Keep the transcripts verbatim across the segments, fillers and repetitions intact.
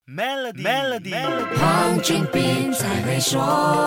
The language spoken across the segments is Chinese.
Melody， Melody， Melody 黄俊斌才会说。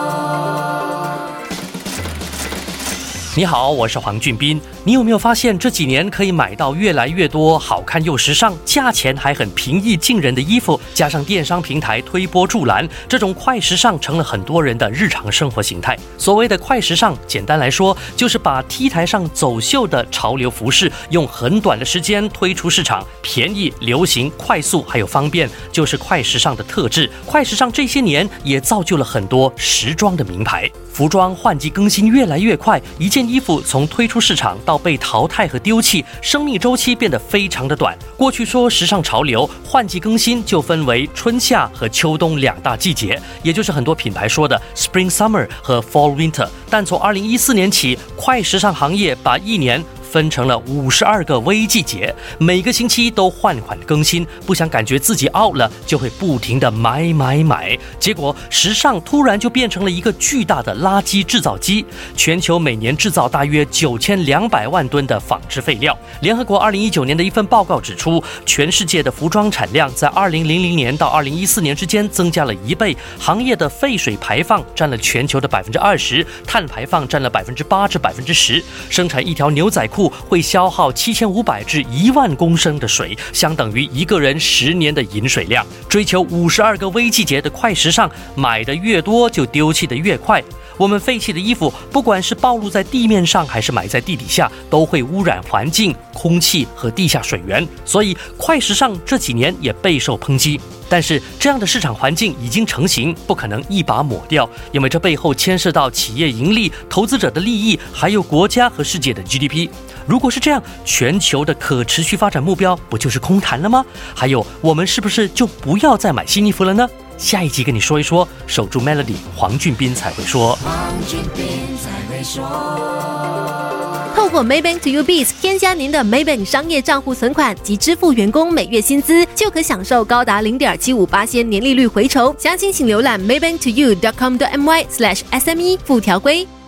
你好，我是黄俊斌。你有没有发现这几年可以买到越来越多好看又时尚，价钱还很平易近人的衣服？加上电商平台推波助澜，这种快时尚成了很多人的日常生活形态。所谓的快时尚，简单来说，就是把 T 台上走秀的潮流服饰，用很短的时间推出市场，便宜、流行、快速还有方便，就是快时尚的特质。快时尚这些年也造就了很多时装的名牌。服装换季更新越来越快，一件衣服从推出市场到被淘汰和丢弃，生命周期变得非常的短。过去说时尚潮流换季更新就分为春夏和秋冬两大季节，也就是很多品牌说的 Spring Summer 和 Fall Winter。但从二零一四年起，快时尚行业把一年分成了五十二个微季节，每个星期都换款更新，不想感觉自己 out 了，就会不停的买买买，结果时尚突然就变成了一个巨大的垃圾制造机，全球每年制造大约九千两百万吨的纺织废料。联合国二零一九年的一份报告指出，全世界的服装产量在二零零零年到二零一四年之间增加了一倍，行业的废水排放占了全球的百分之二十，碳排放占了百分之八至百分之十，生产一条牛仔裤会消耗七千五百至一万公升的水，相等于一个人十年的饮水量。追求五十二个微季节的快时尚，买的越多就丢弃的越快。我们废弃的衣服，不管是暴露在地面上还是埋在地底下，都会污染环境、空气和地下水源。所以快时尚这几年也备受抨击。但是这样的市场环境已经成型，不可能一把抹掉，因为这背后牵涉到企业盈利、投资者的利益，还有国家和世界的 G D P。如果是这样，全球的可持续发展目标不就是空谈了吗？还有，我们是不是就不要再买新衣服了呢？下一集跟你说一说，守住 Melody， 黄俊斌才会说。 黄俊斌才会说。 透过 Maybank to U Biz 添加您的 Maybank 商业账户存款及支付员工每月薪资，就可享受高达 零点七五八%年利率回酬。详情请浏览 maybank to you dot com dot my slash S M E 附条规。